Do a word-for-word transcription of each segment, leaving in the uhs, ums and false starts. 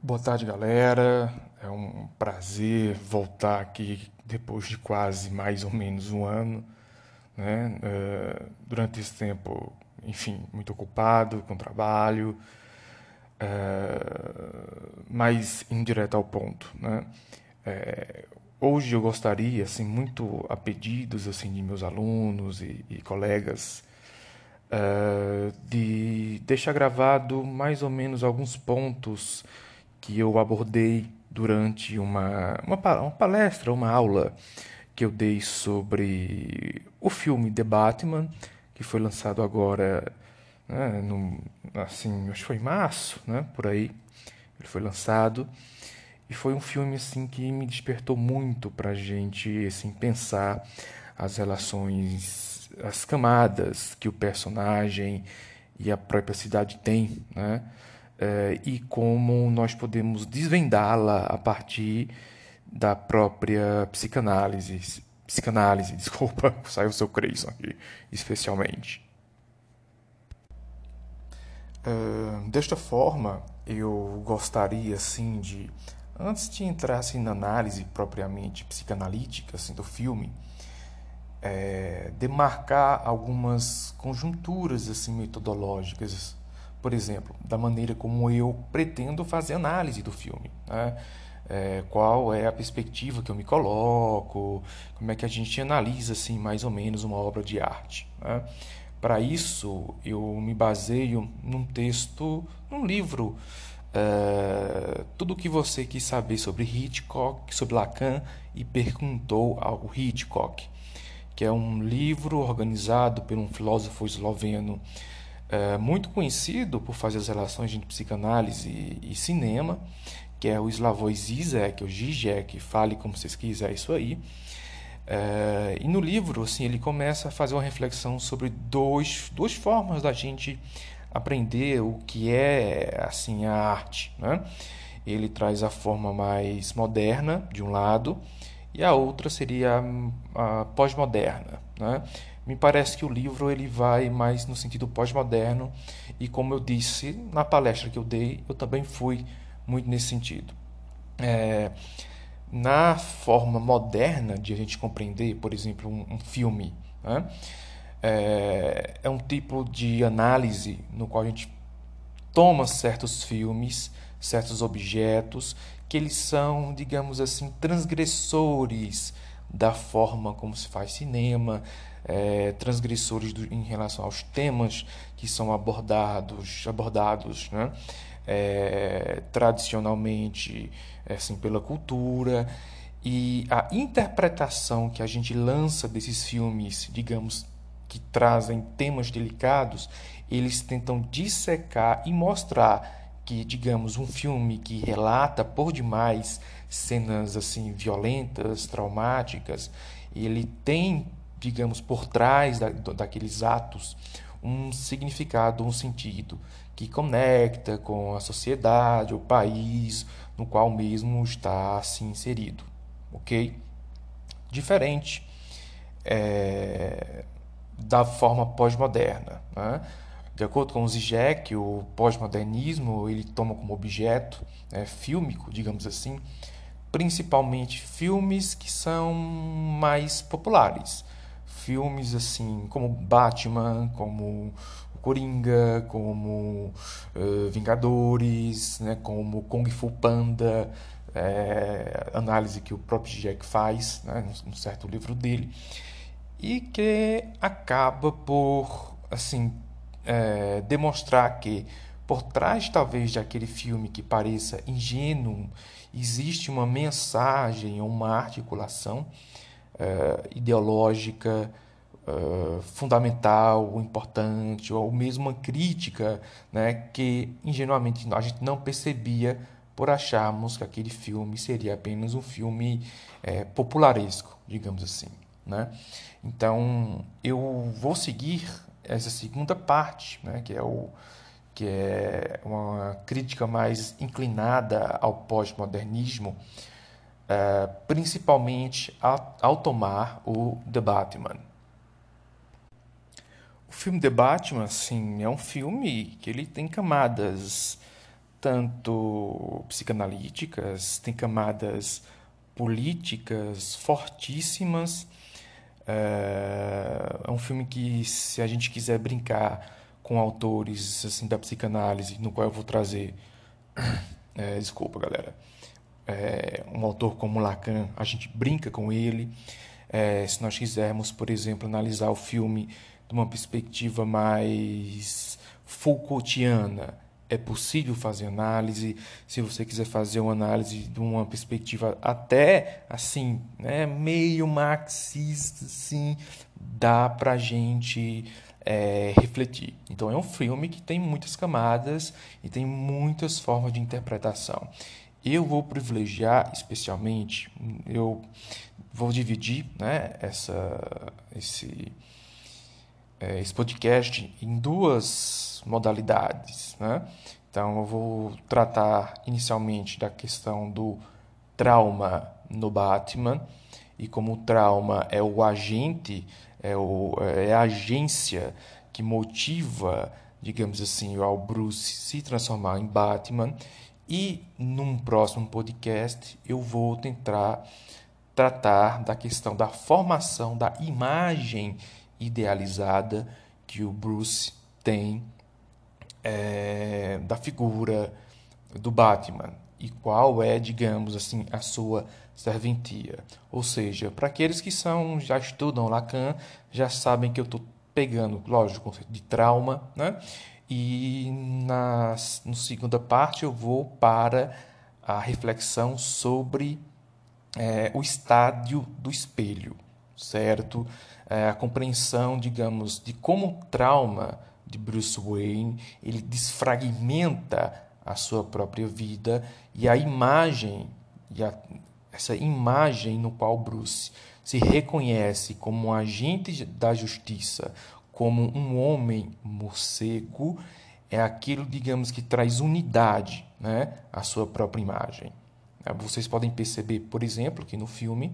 Boa tarde, galera. É um prazer voltar aqui depois de quase mais ou menos um ano, né? Eh, durante esse tempo, enfim, muito ocupado com trabalho, eh, mas indo direto ao ponto, né? Eh, hoje eu gostaria, assim, muito a pedidos assim de meus alunos e, e colegas, eh, de deixar gravado mais ou menos alguns pontos que eu abordei durante uma, uma, pa- uma palestra, uma aula que eu dei sobre o filme The Batman, que foi lançado agora, né, no, assim, acho que foi em março, né, por aí, ele foi lançado. E foi um filme assim que me despertou muito para a gente assim pensar as relações, as camadas que o personagem e a própria cidade têm, né? Eh, e como nós podemos desvendá-la a partir da própria psicanálise. Psicanálise, desculpa, saiu o seu Creyson aqui, especialmente. Uh, desta forma, eu gostaria assim de, antes de entrar assim, na análise propriamente psicanalítica assim, do filme, é, demarcar algumas conjunturas assim metodológicas, por exemplo, da maneira como eu pretendo fazer análise do filme, né? É, qual é a perspectiva que eu me coloco, como é que a gente analisa assim mais ou menos uma obra de arte, né? Para isso, eu me baseio num texto, num livro, é, tudo o que você quis saber sobre Hitchcock, sobre Lacan e perguntou ao Hitchcock, que é um livro organizado por um filósofo esloveno é, muito conhecido por fazer as relações entre psicanálise e, e cinema, que é o Slavoj Žižek, ou Žižek, fale como vocês quiserem isso aí. É, e no livro, assim, ele começa a fazer uma reflexão sobre dois, duas formas da gente aprender o que é assim a arte, né? Ele traz a forma mais moderna de um lado e a outra seria a pós-moderna, né? Me parece que o livro ele vai mais no sentido pós-moderno e como eu disse na palestra que eu dei, eu também fui muito nesse sentido. É, na forma moderna de a gente compreender, por exemplo, um, um filme, né? é, é um tipo de análise no qual a gente toma certos filmes, certos objetos, que eles são, digamos assim, transgressores da forma como se faz cinema, é, transgressores do, em relação aos temas que são abordados, abordados, né? É, tradicionalmente, assim, pela cultura. E a interpretação que a gente lança desses filmes, digamos, que trazem temas delicados, eles tentam dissecar e mostrar que, digamos, um filme que relata por demais cenas assim violentas, traumáticas, ele tem, digamos, por trás da, daqueles atos um significado, um sentido que conecta com a sociedade, o país no qual mesmo está assim inserido, ok? Diferente é, da forma pós-moderna, né? De acordo com Zizek, o pós-modernismo ele toma como objeto, né, fílmico, digamos assim, principalmente filmes que são mais populares. Filmes assim como Batman, como o Coringa, como uh, Vingadores, né, como Kung Fu Panda, é, análise que o próprio Jack faz, né, num certo livro dele, e que acaba por assim é, demonstrar que por trás talvez daquele filme que pareça ingênuo existe uma mensagem ou uma articulação é, ideológica é, fundamental, importante, ou mesmo uma crítica, né, que ingenuamente a gente não percebia por acharmos que aquele filme seria apenas um filme é, popularesco, digamos assim, né? Então eu vou seguir essa segunda parte, né, que é o que é uma crítica mais inclinada ao pós-modernismo, é, principalmente ao, ao tomar o The Batman. O filme The Batman, assim, é um filme que ele tem camadas tanto psicanalíticas, tem camadas políticas fortíssimas. É um filme que, se a gente quiser brincar com autores assim da psicanálise, no qual eu vou trazer, é, desculpa, galera, é, um autor como Lacan, a gente brinca com ele. É, se nós quisermos, por exemplo, analisar o filme de uma perspectiva mais Foucaultiana, é possível fazer análise. Se você quiser fazer uma análise de uma perspectiva até assim, né, meio marxista, assim, dá pra gente é, refletir. Então é um filme que tem muitas camadas e tem muitas formas de interpretação. Eu vou privilegiar especialmente, eu vou dividir, né, essa, esse, é, esse podcast em duas modalidades, né? Então eu vou tratar inicialmente da questão do trauma no Batman e como o trauma é o agente, é, o, é a agência que motiva, digamos assim, ao Bruce se transformar em Batman. E num próximo podcast eu vou tentar tratar da questão da formação da imagem idealizada que o Bruce tem é, da figura do Batman e qual é, digamos assim, a sua serventia. Ou seja, para aqueles que são já estudam Lacan, já sabem que eu estou pegando, lógico, o conceito de trauma, né? E na no segunda parte eu vou para a reflexão sobre é, o estádio do espelho, certo? É, a compreensão, digamos, de como o trauma de Bruce Wayne ele desfragmenta a sua própria vida e a imagem, e a, essa imagem no qual Bruce se reconhece como um agente da justiça, como um homem morcego, é aquilo, digamos, que traz unidade, né, à sua própria imagem. Vocês podem perceber, por exemplo, que no filme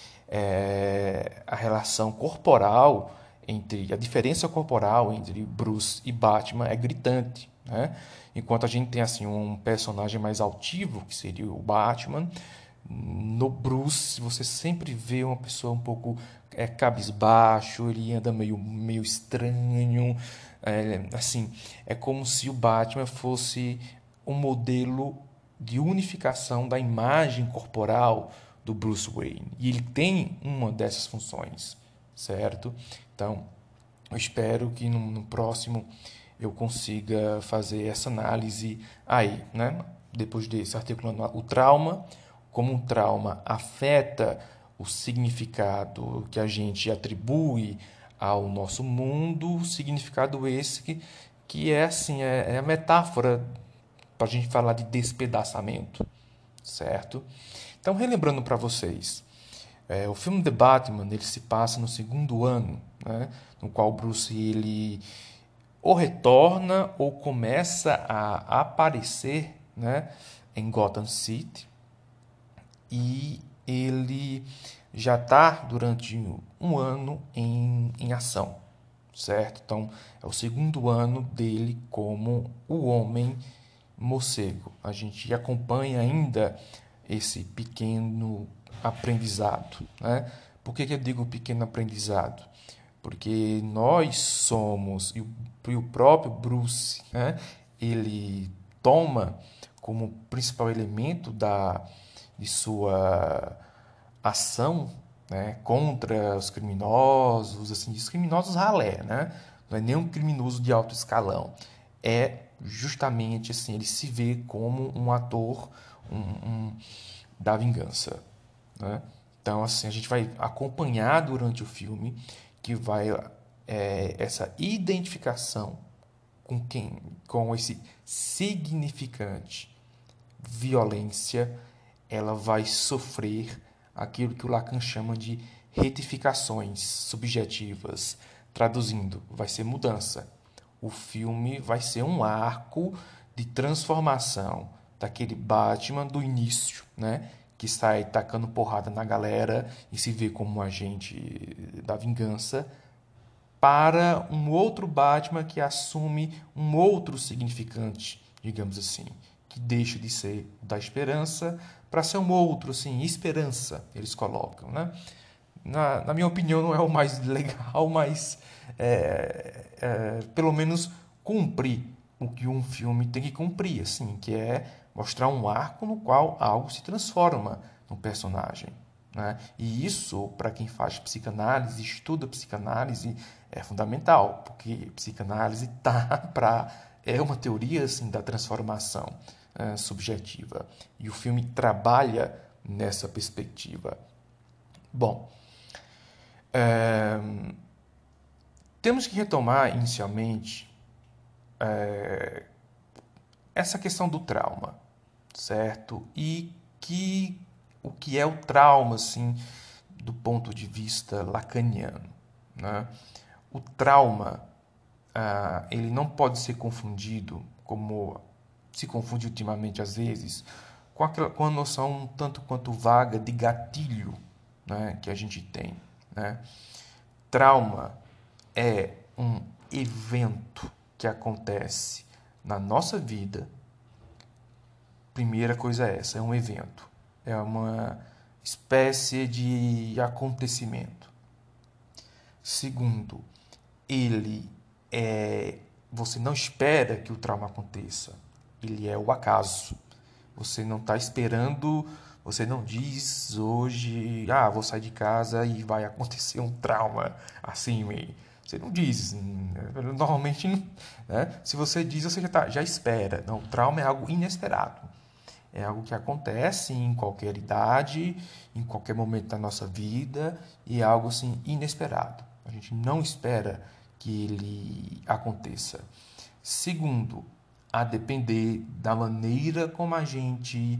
é, a relação corporal entre a diferença corporal entre Bruce e Batman é gritante, né? Enquanto a gente tem assim um personagem mais altivo, que seria o Batman, no Bruce você sempre vê uma pessoa um pouco é, cabisbaixo, ele anda meio, meio estranho, é, assim, é como se o Batman fosse um modelo de unificação da imagem corporal do Bruce Wayne. E ele tem uma dessas funções, certo? Então, eu espero que no, no próximo eu consiga fazer essa análise aí, né? Depois desse, articulando o trauma, como o trauma afeta o significado que a gente atribui ao nosso mundo, significado esse que, que é assim, é, é a metáfora para a gente falar de despedaçamento, certo? Então, relembrando para vocês, é, o filme The Batman ele se passa no segundo ano, né, no qual Bruce ele ou retorna ou começa a aparecer, né, em Gotham City, e ele já está durante um ano em, em ação, certo? Então, é o segundo ano dele como o Homem Morcego. A gente acompanha ainda esse pequeno aprendizado, né? Por que, que eu digo pequeno aprendizado? Porque nós somos, e o, e o próprio Bruce, né? Ele toma como principal elemento da, de sua ação, né, contra os criminosos, assim, os criminosos ralé, né? Não é nem um criminoso de alto escalão. É justamente assim, ele se vê como um ator um, um, da vingança, né? Então, assim, a gente vai acompanhar durante o filme que vai é, essa identificação com quem, com esse significante violência, ela vai sofrer aquilo que o Lacan chama de retificações subjetivas. Traduzindo, vai ser mudança. O filme vai ser um arco de transformação daquele Batman do início, né, que sai tacando porrada na galera e se vê como um agente da vingança, para um outro Batman que assume um outro significante, digamos assim, que deixa de ser da esperança para ser um outro, assim, esperança, eles colocam, né? Na, na minha opinião, não é o mais legal, mas é, é, pelo menos cumprir o que um filme tem que cumprir, assim, que é mostrar um arco no qual algo se transforma no personagem, né? E isso, para quem faz psicanálise, estuda psicanálise, é fundamental, porque psicanálise tá para é uma teoria assim da transformação é, subjetiva, e o filme trabalha nessa perspectiva. Bom, é, temos que retomar inicialmente é, essa questão do trauma, certo? E que o que é o trauma, assim, do ponto de vista lacaniano, né? O trauma, ah, ele não pode ser confundido, como se confunde ultimamente às vezes, com, aquela, com a noção um tanto quanto vaga de gatilho, né, que a gente tem, né? Trauma é um evento que acontece na nossa vida. Primeira coisa é essa, é um evento. É uma espécie de acontecimento. Segundo, ele é... Você não espera que o trauma aconteça. Ele é o acaso. Você não está esperando, você não diz hoje, ah, vou sair de casa e vai acontecer um trauma assim meio. Você não diz. Normalmente, né? Se você diz, você já, tá, já espera. Não, o trauma é algo inesperado. É algo que acontece em qualquer idade, em qualquer momento da nossa vida, e é algo assim inesperado. A gente não espera que ele aconteça. Segundo, a depender da maneira como a gente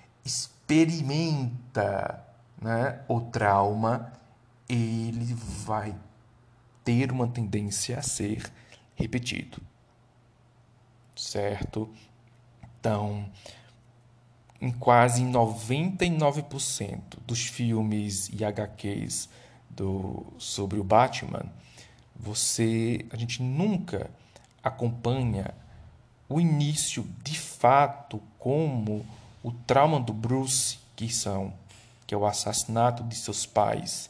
experimenta, né, o trauma, ele vai ter uma tendência a ser repetido. Certo? Então, em quase noventa e nove por cento dos filmes e H Qs do, sobre o Batman, você, a gente nunca acompanha o início de fato como o trauma do Bruce, que são que é o assassinato de seus pais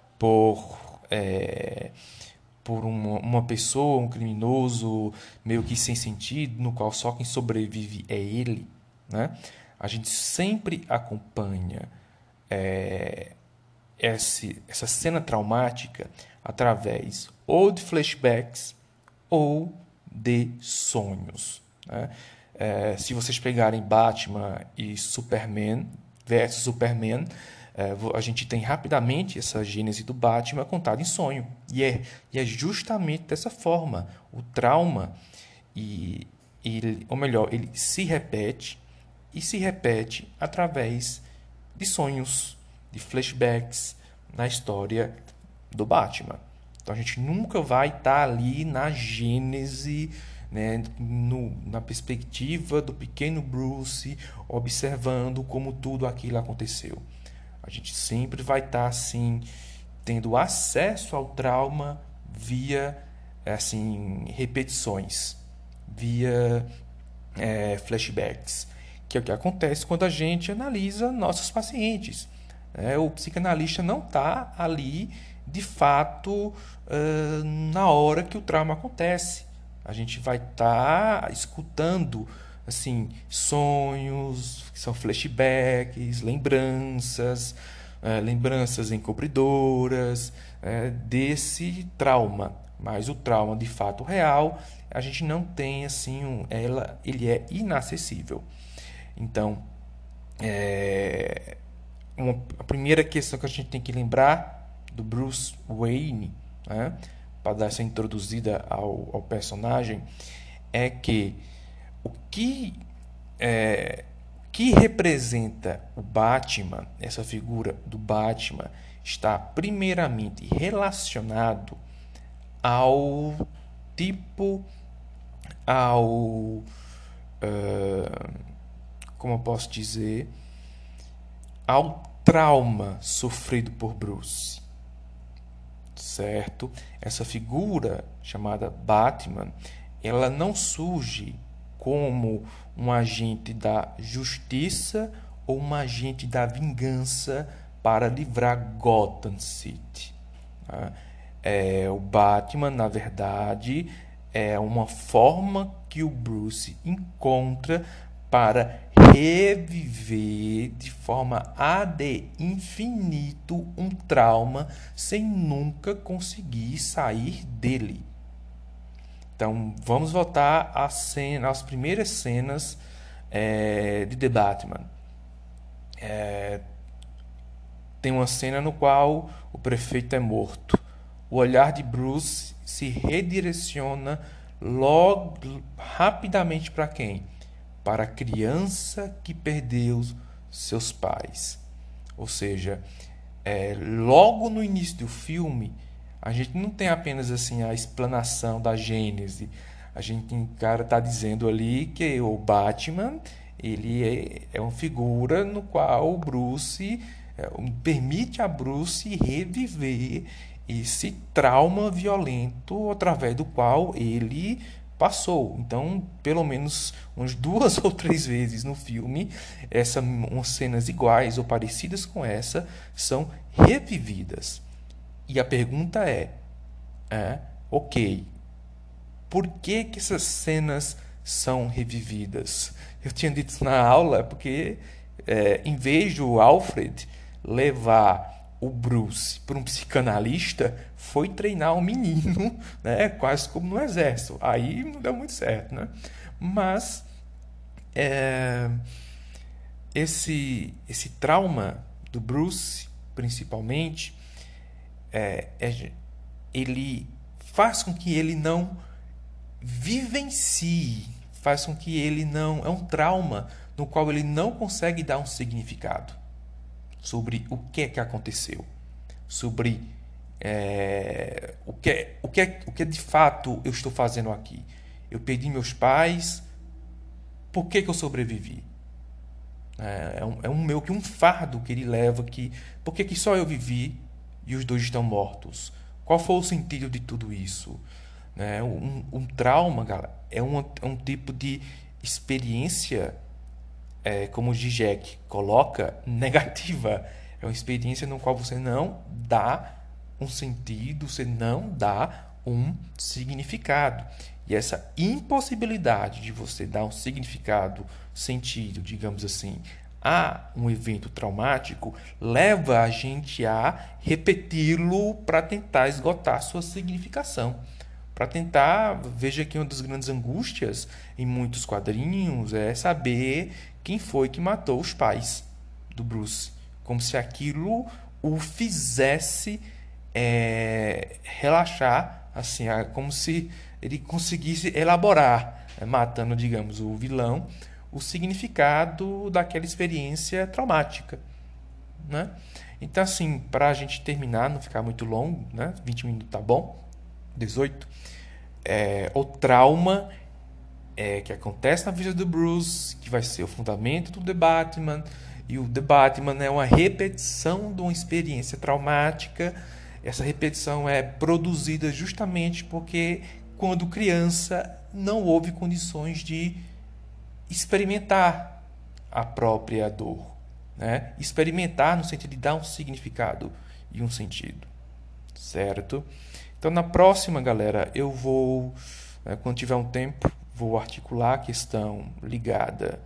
por é, por uma, uma pessoa, um criminoso meio que sem sentido, no qual só quem sobrevive é ele, né? A gente sempre acompanha é, esse, essa cena traumática através ou de flashbacks ou de sonhos, né? É, se vocês pegarem Batman e Superman versus Superman, é, a gente tem rapidamente essa gênese do Batman contada em sonho. E é, e é justamente dessa forma. O trauma, e, ele, ou melhor, ele se repete e se repete através de sonhos, de flashbacks na história do Batman. Então a gente nunca vai estar ali na gênese, né, no, na perspectiva do pequeno Bruce, observando como tudo aquilo aconteceu. A gente sempre vai estar assim, tendo acesso ao trauma via assim, repetições, via é, flashbacks, que é o que acontece quando a gente analisa nossos pacientes. É, o psicanalista não está ali de fato uh, na hora que o trauma acontece. A gente vai estar tá escutando assim sonhos, que são flashbacks, lembranças, uh, lembranças encobridoras uh, desse trauma. Mas o trauma de fato real, a gente não tem assim, um, ela, ele é inacessível. Então, é, uma, a primeira questão que a gente tem que lembrar do Bruce Wayne, né, para dar essa introduzida ao, ao personagem, é que o que, é, que representa o Batman, essa figura do Batman, está primeiramente relacionado ao tipo, ao, uh, como eu posso dizer, ao trauma sofrido por Bruce, certo? Essa figura chamada Batman, ela não surge como um agente da justiça ou um agente da vingança para livrar Gotham City. É, o Batman, na verdade, é uma forma que o Bruce encontra para reviver de forma ad infinito um trauma sem nunca conseguir sair dele. Então, vamos voltar às, cena, às primeiras cenas é, de The Batman. É, tem uma cena no qual o prefeito é morto. O olhar de Bruce se redireciona logo, rapidamente para quem? Para a criança que perdeu seus pais. Ou seja, é, logo no início do filme, a gente não tem apenas assim a explanação da Gênese. A gente, o cara está dizendo ali que o Batman ele é, é uma figura no qual o Bruce é, permite a Bruce reviver esse trauma violento através do qual ele passou. Então, pelo menos umas duas ou três vezes no filme, essa, umas cenas iguais ou parecidas com essa são revividas. E a pergunta é, é ok, por que, que essas cenas são revividas? Eu tinha dito na aula porque, é, em vez do Alfred levar o Bruce para um psicanalista, foi treinar um menino, né, quase como no exército. Aí não deu muito certo, né? Mas é, esse, esse trauma do Bruce, principalmente, é, é, ele faz com que ele não vivencie, faz com que ele não... É um trauma no qual ele não consegue dar um significado sobre o que é que aconteceu, sobre é, o, que é, o, que é, o que de fato eu estou fazendo aqui. Eu perdi meus pais, por que, que eu sobrevivi? É, é, um, é um meio que um fardo que ele leva, que, por que, que só eu vivi e os dois estão mortos? Qual foi o sentido de tudo isso? É, um, um trauma, galera, é um, é um tipo de experiência, é, como o Zizek coloca, negativa. É uma experiência no qual você não dá um sentido, você não dá um significado. E essa impossibilidade de você dar um significado, sentido, digamos assim, a um evento traumático, leva a gente a repeti-lo para tentar esgotar sua significação. Para tentar, veja que uma das grandes angústias em muitos quadrinhos é saber quem foi que matou os pais do Bruce. Como se aquilo o fizesse é, relaxar, assim, como se ele conseguisse elaborar, matando, digamos, o vilão, o significado daquela experiência traumática, né? Então, assim, para a gente terminar, não ficar muito longo, né? vinte minutos tá bom, dezoito. É, o trauma é, que acontece na vida do Bruce, que vai ser o fundamento do The Batman, e o The Batman é uma repetição de uma experiência traumática. Essa repetição é produzida justamente porque, quando criança, não houve condições de experimentar a própria dor, né? Experimentar no sentido de dar um significado e um sentido, certo? Então, na próxima, galera, eu vou, quando tiver um tempo, vou articular a questão ligada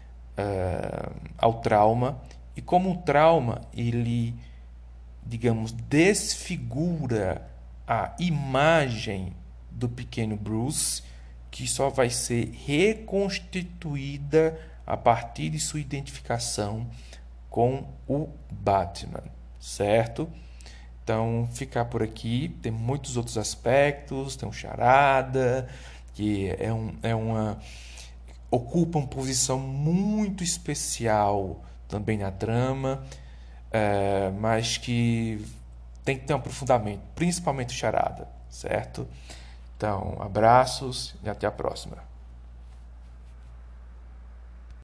uh, ao trauma e como o trauma, ele, digamos, desfigura a imagem do pequeno Bruce, que só vai ser reconstituída a partir de sua identificação com o Batman, certo? Então, ficar por aqui. Tem muitos outros aspectos. Tem o Charada, que é, um, é uma... ocupa uma posição muito especial também na trama, é, mas que tem que ter um aprofundamento, principalmente o Charada, certo? Então, abraços e até a próxima.